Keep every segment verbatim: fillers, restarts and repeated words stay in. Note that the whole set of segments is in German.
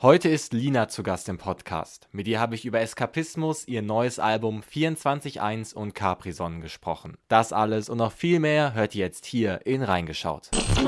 Heute ist Lina zu Gast im Podcast. Mit ihr habe ich über Eskapismus, ihr neues Album vierundzwanzig eins und Capri-Sonne gesprochen. Das alles und noch viel mehr hört ihr jetzt hier in Reingeschaut.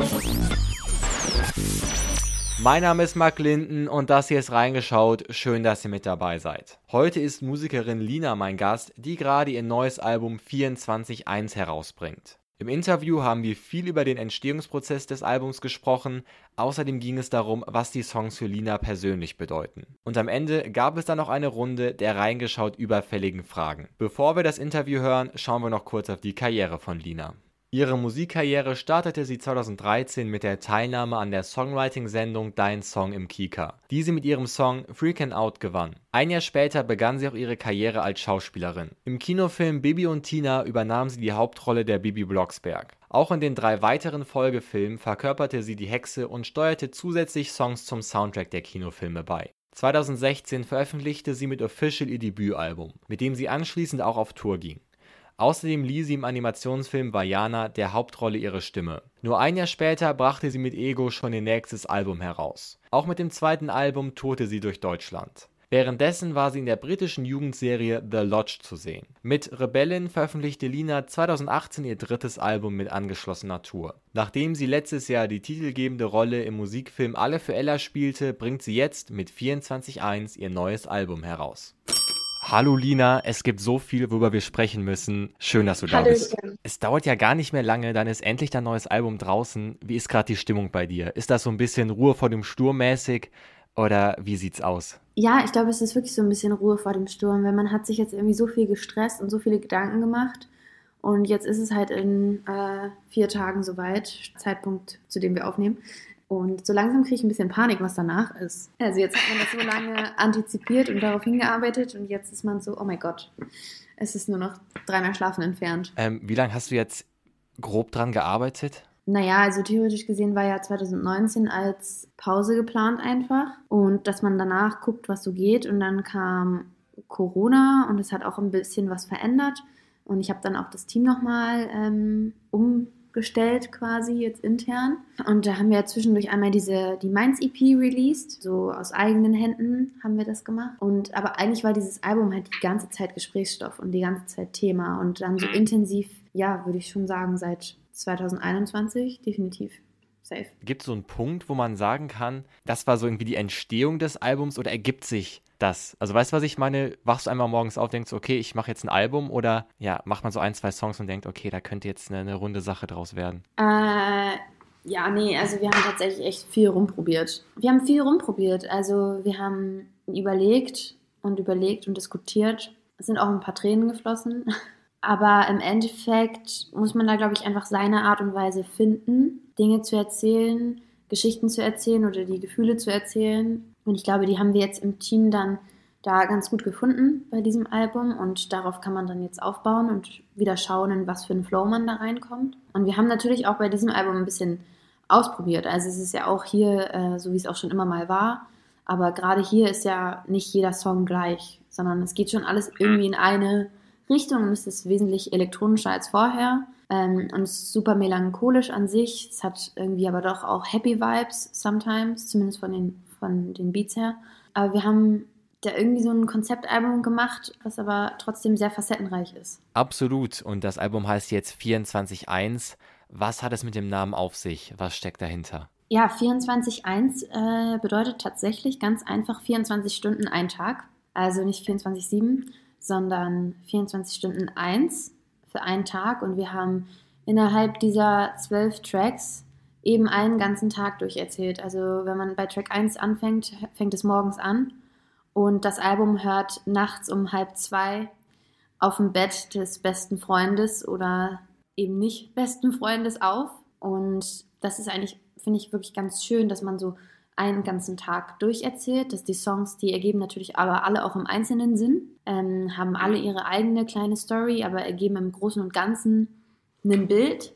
Mein Name ist Marc Linden und das hier ist Reingeschaut. Schön, dass ihr mit dabei seid. Heute ist Musikerin Lina mein Gast, die gerade ihr neues Album vierundzwanzig eins herausbringt. Im Interview haben wir viel über den Entstehungsprozess des Albums gesprochen, außerdem ging es darum, was die Songs für Lina persönlich bedeuten. Und am Ende gab es dann noch eine Runde der reingeschaut überfälligen Fragen. Bevor wir das Interview hören, schauen wir noch kurz auf die Karriere von Lina. Ihre Musikkarriere startete sie zweitausenddreizehn mit der Teilnahme an der Songwriting-Sendung Dein Song im Kika, die sie mit ihrem Song Freakin' Out gewann. Ein Jahr später begann sie auch ihre Karriere als Schauspielerin. Im Kinofilm Bibi und Tina übernahm sie die Hauptrolle der Bibi Blocksberg. Auch in den drei weiteren Folgefilmen verkörperte sie die Hexe und steuerte zusätzlich Songs zum Soundtrack der Kinofilme bei. zweitausendsechzehn veröffentlichte sie mit Official ihr Debütalbum, mit dem sie anschließend auch auf Tour ging. Außerdem lieh sie im Animationsfilm Vaiana der Hauptrolle ihre Stimme. Nur ein Jahr später brachte sie mit Ego schon ihr nächstes Album heraus. Auch mit dem zweiten Album tourte sie durch Deutschland. Währenddessen war sie in der britischen Jugendserie The Lodge zu sehen. Mit Rebellin veröffentlichte Lina zweitausendachtzehn ihr drittes Album mit angeschlossener Tour. Nachdem sie letztes Jahr die titelgebende Rolle im Musikfilm Alle für Ella spielte, bringt sie jetzt mit vierundzwanzig eins ihr neues Album heraus. Hallo Lina, es gibt so viel, worüber wir sprechen müssen. Schön, dass du da bist. Es dauert ja gar nicht mehr lange, dann ist endlich dein neues Album draußen. Wie ist gerade die Stimmung bei dir? Ist das so ein bisschen Ruhe vor dem Sturm mäßig oder wie sieht's aus? Ja, ich glaube, es ist wirklich so ein bisschen Ruhe vor dem Sturm, weil man hat sich jetzt irgendwie so viel gestresst und so viele Gedanken gemacht. Und jetzt ist es halt in äh, vier Tagen soweit, Zeitpunkt, zu dem wir aufnehmen. Und so langsam kriege ich ein bisschen Panik, was danach ist. Also jetzt hat man das so lange antizipiert und darauf hingearbeitet und jetzt ist man so, oh mein Gott, es ist nur noch dreimal Schlafen entfernt. Ähm, wie lange hast du jetzt grob dran gearbeitet? Naja, also theoretisch gesehen war ja zweitausendneunzehn als Pause geplant einfach und dass man danach guckt, was so geht und dann kam Corona und es hat auch ein bisschen was verändert und ich habe dann auch das Team nochmal ähm, um gestellt quasi jetzt intern. Und da haben wir ja zwischendurch einmal diese, die Mainz-E P released, so aus eigenen Händen haben wir das gemacht. Und aber eigentlich war dieses Album halt die ganze Zeit Gesprächsstoff und die ganze Zeit Thema und dann so intensiv, ja, würde ich schon sagen, seit zweitausendeinundzwanzig definitiv. Safe. Gibt es so einen Punkt, wo man sagen kann, das war so irgendwie die Entstehung des Albums oder ergibt sich das? Also weißt du, was ich meine? Wachst du einmal morgens auf, denkst, okay, ich mache jetzt ein Album oder ja, macht man so ein, zwei Songs und denkt, okay, da könnte jetzt eine, eine runde Sache draus werden? Äh, ja, nee, also wir haben tatsächlich echt viel rumprobiert. Wir haben viel rumprobiert, also wir haben überlegt und überlegt und diskutiert. Es sind auch ein paar Tränen geflossen. Aber im Endeffekt muss man da, glaube ich, einfach seine Art und Weise finden, Dinge zu erzählen, Geschichten zu erzählen oder die Gefühle zu erzählen. Und ich glaube, die haben wir jetzt im Team dann da ganz gut gefunden bei diesem Album. Und darauf kann man dann jetzt aufbauen und wieder schauen, in was für einen Flow man da reinkommt. Und wir haben natürlich auch bei diesem Album ein bisschen ausprobiert. Also es ist ja auch hier, äh, so wie es auch schon immer mal war. Aber gerade hier ist ja nicht jeder Song gleich, sondern es geht schon alles irgendwie in eine Richtung und es ist wesentlich elektronischer als vorher ähm, und es ist super melancholisch an sich. Es hat irgendwie aber doch auch Happy Vibes sometimes, zumindest von den, von den Beats her. Aber wir haben da irgendwie so ein Konzeptalbum gemacht, was aber trotzdem sehr facettenreich ist. Absolut. Und das Album heißt jetzt vierundzwanzig eins. Was hat es mit dem Namen auf sich? Was steckt dahinter? Ja, vierundzwanzig eins äh, bedeutet tatsächlich ganz einfach vierundzwanzig Stunden ein Tag. Also nicht vierundzwanzig sieben, sondern vierundzwanzig Stunden eins für einen Tag. Und wir haben innerhalb dieser zwölf Tracks eben einen ganzen Tag durcherzählt. Also wenn man bei Track eins anfängt, fängt es morgens an. Und das Album hört nachts um halb zwei auf dem Bett des besten Freundes oder eben nicht besten Freundes auf. Und das ist eigentlich, finde ich, wirklich ganz schön, dass man so einen ganzen Tag durcherzählt, dass die Songs, die ergeben natürlich aber alle auch im einzelnen Sinn, ähm, haben alle ihre eigene kleine Story, aber ergeben im Großen und Ganzen ein Bild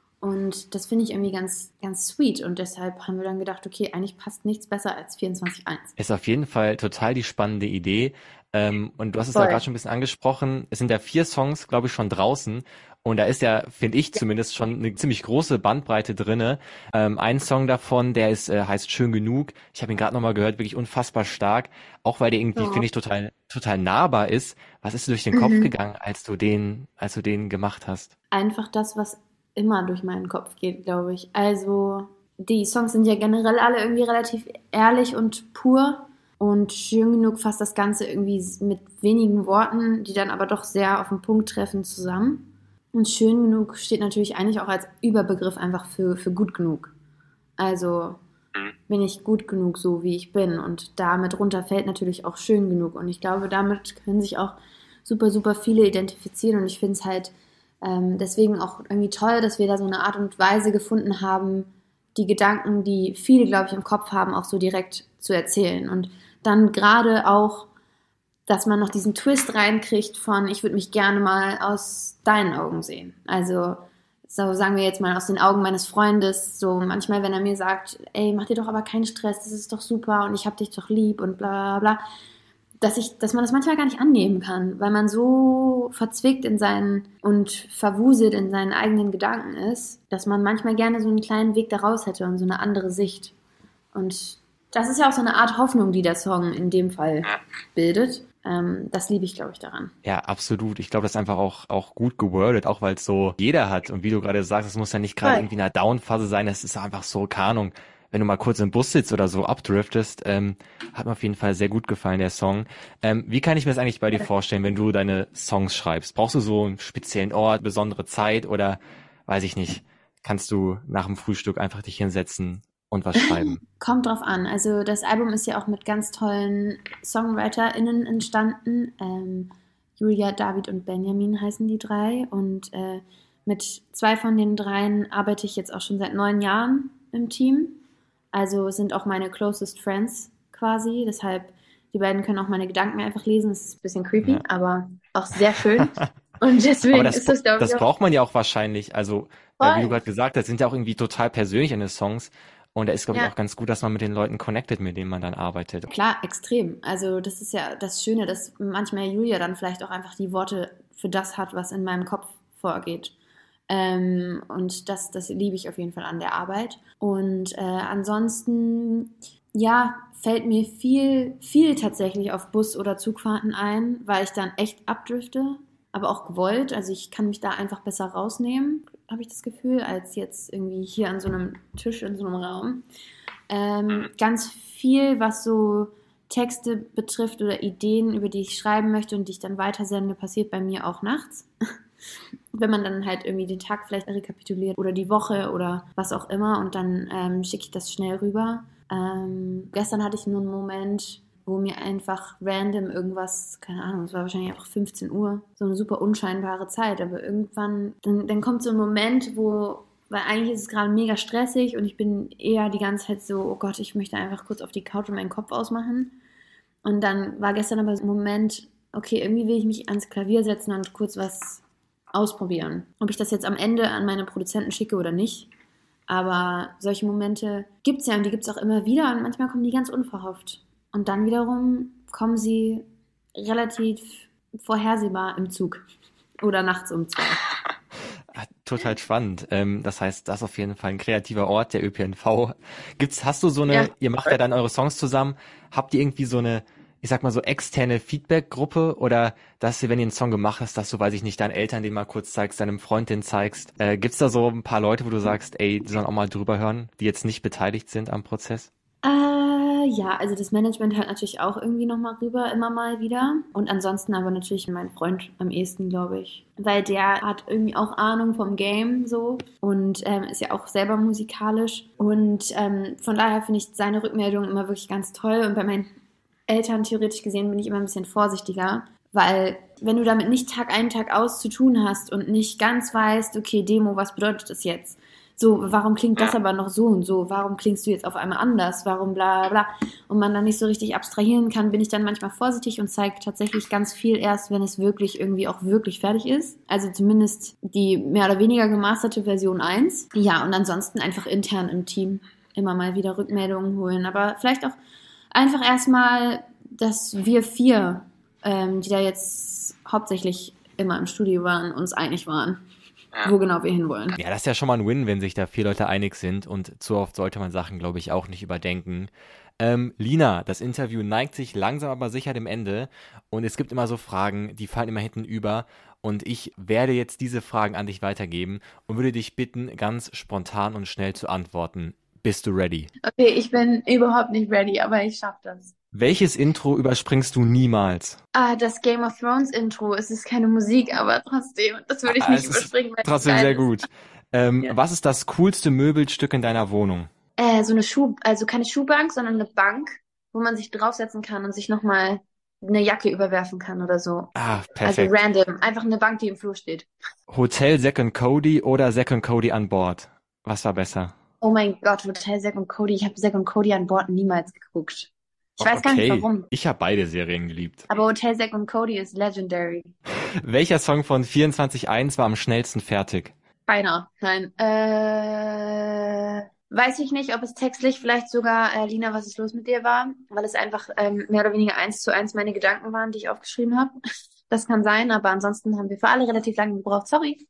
und das finde ich irgendwie ganz, ganz sweet und deshalb haben wir dann gedacht, okay, eigentlich passt nichts besser als vierundzwanzig eins. Ist auf jeden Fall total die spannende Idee ähm, und du hast es Voll. ja gerade schon ein bisschen angesprochen, es sind ja vier Songs, glaube ich, schon draußen Und da ist ja, finde ich zumindest, schon eine ziemlich große Bandbreite drinne. Ähm, ein Song davon, der ist äh, heißt Schön genug. Ich habe ihn gerade nochmal gehört, wirklich unfassbar stark. Auch weil der irgendwie, Ja. finde ich, total total nahbar ist. Was ist dir durch den Kopf Mhm. gegangen, als du den, als du den gemacht hast? Einfach das, was immer durch meinen Kopf geht, glaube ich. Also die Songs sind ja generell alle irgendwie relativ ehrlich und pur. Und schön genug fasst das Ganze irgendwie mit wenigen Worten, die dann aber doch sehr auf den Punkt treffen, zusammen. Und schön genug steht natürlich eigentlich auch als Überbegriff einfach für, für gut genug. Also bin ich gut genug, so wie ich bin. Und damit runter fällt natürlich auch schön genug. Und ich glaube, damit können sich auch super, super viele identifizieren. Und ich finde es halt ähm, deswegen auch irgendwie toll, dass wir da so eine Art und Weise gefunden haben, die Gedanken, die viele, glaube ich, im Kopf haben, auch so direkt zu erzählen. Und dann gerade auch, dass man noch diesen Twist reinkriegt von, ich würde mich gerne mal aus deinen Augen sehen. Also, so sagen wir jetzt mal aus den Augen meines Freundes, so manchmal, wenn er mir sagt, ey, mach dir doch aber keinen Stress, das ist doch super und ich hab dich doch lieb und bla bla bla, dass ich, dass man das manchmal gar nicht annehmen kann, weil man so verzwickt in seinen und verwuselt in seinen eigenen Gedanken ist, dass man manchmal gerne so einen kleinen Weg daraus hätte und so eine andere Sicht. Und das ist ja auch so eine Art Hoffnung, die der Song in dem Fall bildet. Ähm, das liebe ich, glaube ich, daran. Ja, absolut. Ich glaube, das ist einfach auch, auch gut gewordet, auch weil es so jeder hat. Und wie du gerade sagst, es muss ja nicht gerade Voll. irgendwie in einer Down-Phase sein. Es ist einfach so, keine Ahnung, wenn du mal kurz im Bus sitzt oder so abdriftest, ähm, hat mir auf jeden Fall sehr gut gefallen, der Song. Ähm, wie kann ich mir das eigentlich bei dir vorstellen, wenn du deine Songs schreibst? Brauchst du so einen speziellen Ort, besondere Zeit oder, weiß ich nicht, kannst du nach dem Frühstück einfach dich hinsetzen und was schreiben? Kommt drauf an. Also das Album ist ja auch mit ganz tollen SongwriterInnen entstanden. Ähm, Julia, David und Benjamin heißen die drei. Und äh, mit zwei von den dreien arbeite ich jetzt auch schon seit neun Jahren im Team. Also sind auch meine closest friends quasi. Deshalb, die beiden können auch meine Gedanken einfach lesen. Das ist ein bisschen creepy, Ja. aber auch sehr schön. Und Aber deswegen das, ist das, glaube ich, das auch braucht man ja auch wahrscheinlich. Also, äh, wie du voll. gerade gesagt hast, sind ja auch irgendwie total persönlich eine Songs. Und da ist, glaube ich, Ja. auch ganz gut, dass man mit den Leuten connectet, mit denen man dann arbeitet. Klar, extrem. Also das ist ja das Schöne, dass manchmal Julia dann vielleicht auch einfach die Worte für das hat, was in meinem Kopf vorgeht. Ähm, und das, das liebe ich auf jeden Fall an der Arbeit. Und äh, ansonsten, ja, fällt mir viel, viel tatsächlich auf Bus- oder Zugfahrten ein, weil ich dann echt abdrifte, aber auch gewollt. Also ich kann mich da einfach besser rausnehmen, habe ich das Gefühl, als jetzt irgendwie hier an so einem Tisch in so einem Raum. Ähm, ganz viel, was so Texte betrifft oder Ideen, über die ich schreiben möchte und die ich dann weitersende, passiert bei mir auch nachts. Wenn man dann halt irgendwie den Tag vielleicht rekapituliert oder die Woche oder was auch immer und dann ähm, schicke ich das schnell rüber. Ähm, gestern hatte ich nur einen Moment, wo mir einfach random irgendwas, keine Ahnung, es war wahrscheinlich einfach fünfzehn Uhr, so eine super unscheinbare Zeit, aber irgendwann, dann, dann kommt so ein Moment, wo, weil eigentlich ist es gerade mega stressig und ich bin eher die ganze Zeit so, oh Gott, ich möchte einfach kurz auf die Couch und meinen Kopf ausmachen. Und dann war gestern aber so ein Moment, okay, irgendwie will ich mich ans Klavier setzen und kurz was ausprobieren. Ob ich das jetzt am Ende an meine Produzenten schicke oder nicht. Aber solche Momente gibt es ja und die gibt es auch immer wieder und manchmal kommen die ganz unverhofft. Und dann wiederum kommen sie relativ vorhersehbar im Zug oder nachts um zwei. Ah, total spannend. Ähm, das heißt, das ist auf jeden Fall ein kreativer Ort, der Ö P N V. Gibt's, hast du so Ja. eine, ihr macht ja dann eure Songs zusammen, habt ihr irgendwie so eine, ich sag mal so externe Feedback-Gruppe oder dass ihr, wenn ihr einen Song gemacht hast, dass du, weiß ich nicht, deinen Eltern den mal kurz zeigst, deinem Freund den zeigst. Äh, gibt's da so ein paar Leute, wo du sagst, ey, die sollen auch mal drüber hören, die jetzt nicht beteiligt sind am Prozess? Äh, ja, also das Management hört natürlich auch irgendwie nochmal rüber, immer mal wieder. Und ansonsten aber natürlich mein Freund am ehesten, glaube ich. Weil der hat irgendwie auch Ahnung vom Game so und ähm, ist ja auch selber musikalisch. Und ähm, von daher finde ich seine Rückmeldung immer wirklich ganz toll. Und bei meinen Eltern theoretisch gesehen bin ich immer ein bisschen vorsichtiger. Weil wenn du damit nicht Tag ein, Tag aus zu tun hast und nicht ganz weißt, okay, Demo, was bedeutet das jetzt? So, warum klingt das aber noch so und so? Warum klingst du jetzt auf einmal anders? Warum bla bla? Und man dann nicht so richtig abstrahieren kann, bin ich dann manchmal vorsichtig und zeige tatsächlich ganz viel erst, wenn es wirklich irgendwie auch wirklich fertig ist. Also zumindest die mehr oder weniger gemasterte Version eins. Ja, und ansonsten einfach intern im Team immer mal wieder Rückmeldungen holen. Aber vielleicht auch einfach erstmal, dass wir vier, ähm, die da jetzt hauptsächlich immer im Studio waren, uns einig waren. wo genau wir hinwollen. Ja, das ist ja schon mal ein Win, wenn sich da vier Leute einig sind und zu oft sollte man Sachen, glaube ich, auch nicht überdenken. Ähm, Lina, das Interview neigt sich langsam aber sicher dem Ende und es gibt immer so Fragen, die fallen immer hinten über und ich werde jetzt diese Fragen an dich weitergeben und würde dich bitten, ganz spontan und schnell zu antworten. Bist du ready? Okay, ich bin überhaupt nicht ready, aber ich schaffe das. Welches Intro überspringst du niemals? Ah, das Game of Thrones Intro. Es ist keine Musik, aber trotzdem, das würde ich Ah, nicht es ist überspringen, weil es trotzdem geil sehr ist. gut. Ähm, Ja. Was ist das coolste Möbelstück in deiner Wohnung? Äh, so eine Schuh, also keine Schuhbank, sondern eine Bank, wo man sich draufsetzen kann und sich nochmal eine Jacke überwerfen kann oder so. Ah, Also perfekt. random. Einfach eine Bank, die im Flur steht. Hotel Zack und Cody oder Zack und Cody an Bord? Was war besser? Oh mein Gott, Hotel Zack und Cody. Ich habe Zack und Cody an Bord niemals geguckt. Ich Oh, weiß gar nicht okay. warum. Ich habe beide Serien geliebt. Aber Hotel Zack und Cody ist legendary. Welcher Song von vierundzwanzig eins war am schnellsten fertig? Keiner. Nein. Äh, weiß ich nicht, ob es textlich vielleicht sogar, äh, Lina, was ist los mit dir war, weil es einfach ähm, mehr oder weniger eins zu eins meine Gedanken waren, die ich aufgeschrieben habe. Das kann sein, aber ansonsten haben wir für alle relativ lange gebraucht. Sorry.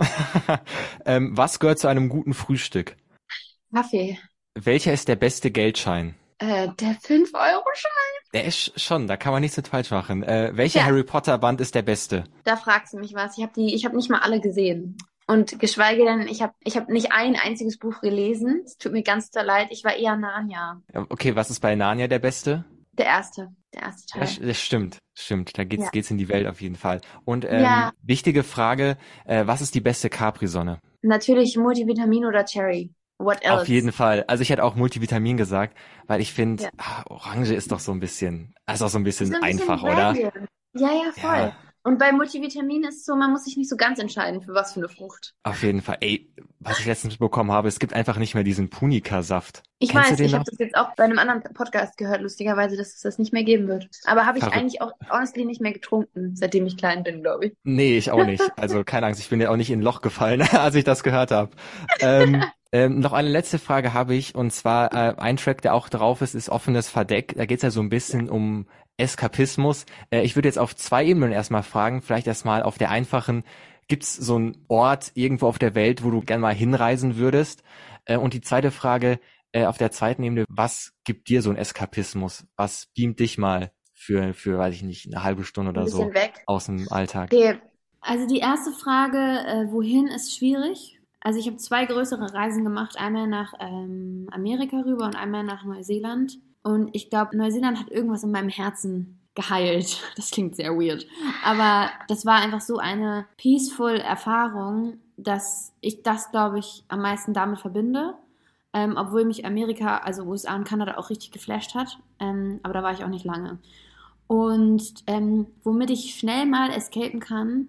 ähm, was gehört zu einem guten Frühstück? Kaffee. Welcher ist der beste Geldschein? Äh, der fünf Euro Schein. Der ist schon, da kann man nichts mit falsch machen. Äh, welcher Ja. Harry Potter Band ist der beste? Da fragst du mich was. Ich habe die, ich habe nicht mal alle gesehen. Und geschweige denn, ich habe ich hab nicht ein einziges Buch gelesen. Es tut mir ganz doll leid. Ich war eher Narnia. Ja, okay, was ist bei Narnia der beste? Der erste. Der erste Ja, Teil. sch- das stimmt, stimmt. Da geht's, Ja. geht's in die Welt auf jeden Fall. Und ähm, Ja. wichtige Frage, äh, was ist die beste Capri-Sonne? Natürlich Multivitamin oder Cherry. What else? Auf jeden Fall. Also ich hätte auch Multivitamin gesagt, weil ich finde, Ja. ah, Orange ist doch so ein bisschen, also auch so ein bisschen Ist ein bisschen einfach, oder? random. Ja, ja, voll. Ja. Und bei Multivitamin ist es so, man muss sich nicht so ganz entscheiden, für was für eine Frucht. Auf jeden Fall. Ey, was ich letztens bekommen habe, es gibt einfach nicht mehr diesen Punika-Saft. Ich Kennst du weiß, den ich noch? habe das jetzt auch bei einem anderen Podcast gehört, lustigerweise, dass es das nicht mehr geben wird. Aber habe ich Verrückt. eigentlich auch honestly nicht mehr getrunken, seitdem ich klein bin, glaube ich. Nee, ich auch nicht. Also keine Angst, ich bin ja auch nicht in ein Loch gefallen, als ich das gehört habe. Ähm, ähm, noch eine letzte Frage habe ich, und zwar äh, ein Track, der auch drauf ist, ist Offenes Verdeck. Da geht's ja so ein bisschen um Eskapismus. Äh, ich würde jetzt auf zwei Ebenen erstmal fragen, vielleicht erstmal auf der einfachen, gibt's so einen Ort irgendwo auf der Welt, wo du gerne mal hinreisen würdest? Äh, und die zweite Frage, äh, auf der zweiten Ebene, was gibt dir so ein Eskapismus? Was beamt dich mal für, für, weiß ich nicht, eine halbe Stunde Ein oder bisschen so weg. aus dem Alltag? Okay. Also die erste Frage, äh, wohin ist schwierig. Also ich habe zwei größere Reisen gemacht, einmal nach ähm, Amerika rüber und einmal nach Neuseeland. Und ich glaube, Neuseeland hat irgendwas in meinem Herzen geheilt. Das klingt sehr weird. Aber das war einfach so eine peaceful Erfahrung, dass ich das, glaube ich, am meisten damit verbinde. Ähm, obwohl mich Amerika, also U S A und Kanada auch richtig geflasht hat. Ähm, aber da war ich auch nicht lange. Und ähm, womit ich schnell mal escapen kann,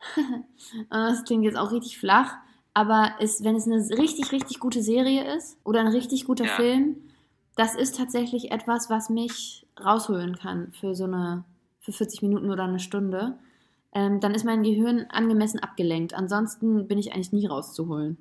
das klingt jetzt auch richtig flach, aber ist, wenn es eine richtig, richtig gute Serie ist oder ein richtig guter Ja. Film, das ist tatsächlich etwas, was mich rausholen kann für so eine, für vierzig Minuten oder eine Stunde. Ähm, dann ist mein Gehirn angemessen abgelenkt. Ansonsten bin ich eigentlich nie rauszuholen.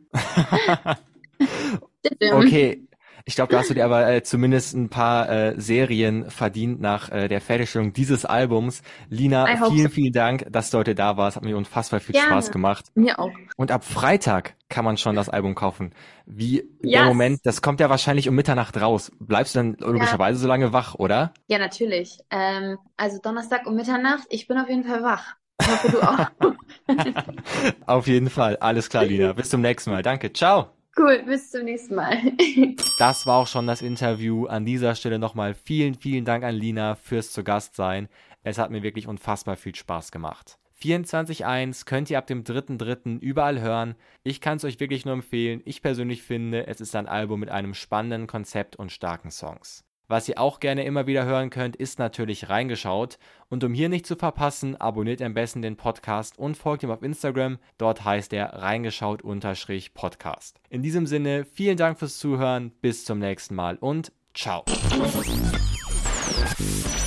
Okay, ich glaube, da hast du dir aber äh, zumindest ein paar äh, Serien verdient nach äh, der Fertigstellung dieses Albums. Lina, I hope vielen, so. vielen Dank, dass du heute da warst. Hat mir unfassbar viel Gerne. Spaß gemacht. Mir auch. Und ab Freitag kann man schon das Album kaufen. Wie der Yes. Moment, das kommt ja wahrscheinlich um Mitternacht raus. Bleibst du dann logischerweise so lange wach, oder? Ja, natürlich. Ähm, also Donnerstag um Mitternacht, ich bin auf jeden Fall wach. Ich hoffe, du auch. Auf jeden Fall. Alles klar, Lina. Bis zum nächsten Mal. Danke. Ciao. Cool, bis zum nächsten Mal. Das war auch schon das Interview. An dieser Stelle nochmal vielen, vielen Dank an Lina fürs zu Gast sein. Es hat mir wirklich unfassbar viel Spaß gemacht. vierundzwanzig eins könnt ihr ab dem dritten dritten überall hören. Ich kann es euch wirklich nur empfehlen. Ich persönlich finde, es ist ein Album mit einem spannenden Konzept und starken Songs. Was ihr auch gerne immer wieder hören könnt, ist natürlich Reingeschaut. Und um hier nicht zu verpassen, abonniert am besten den Podcast und folgt ihm auf Instagram. Dort heißt er reingeschaut-podcast. In diesem Sinne, vielen Dank fürs Zuhören, bis zum nächsten Mal und ciao.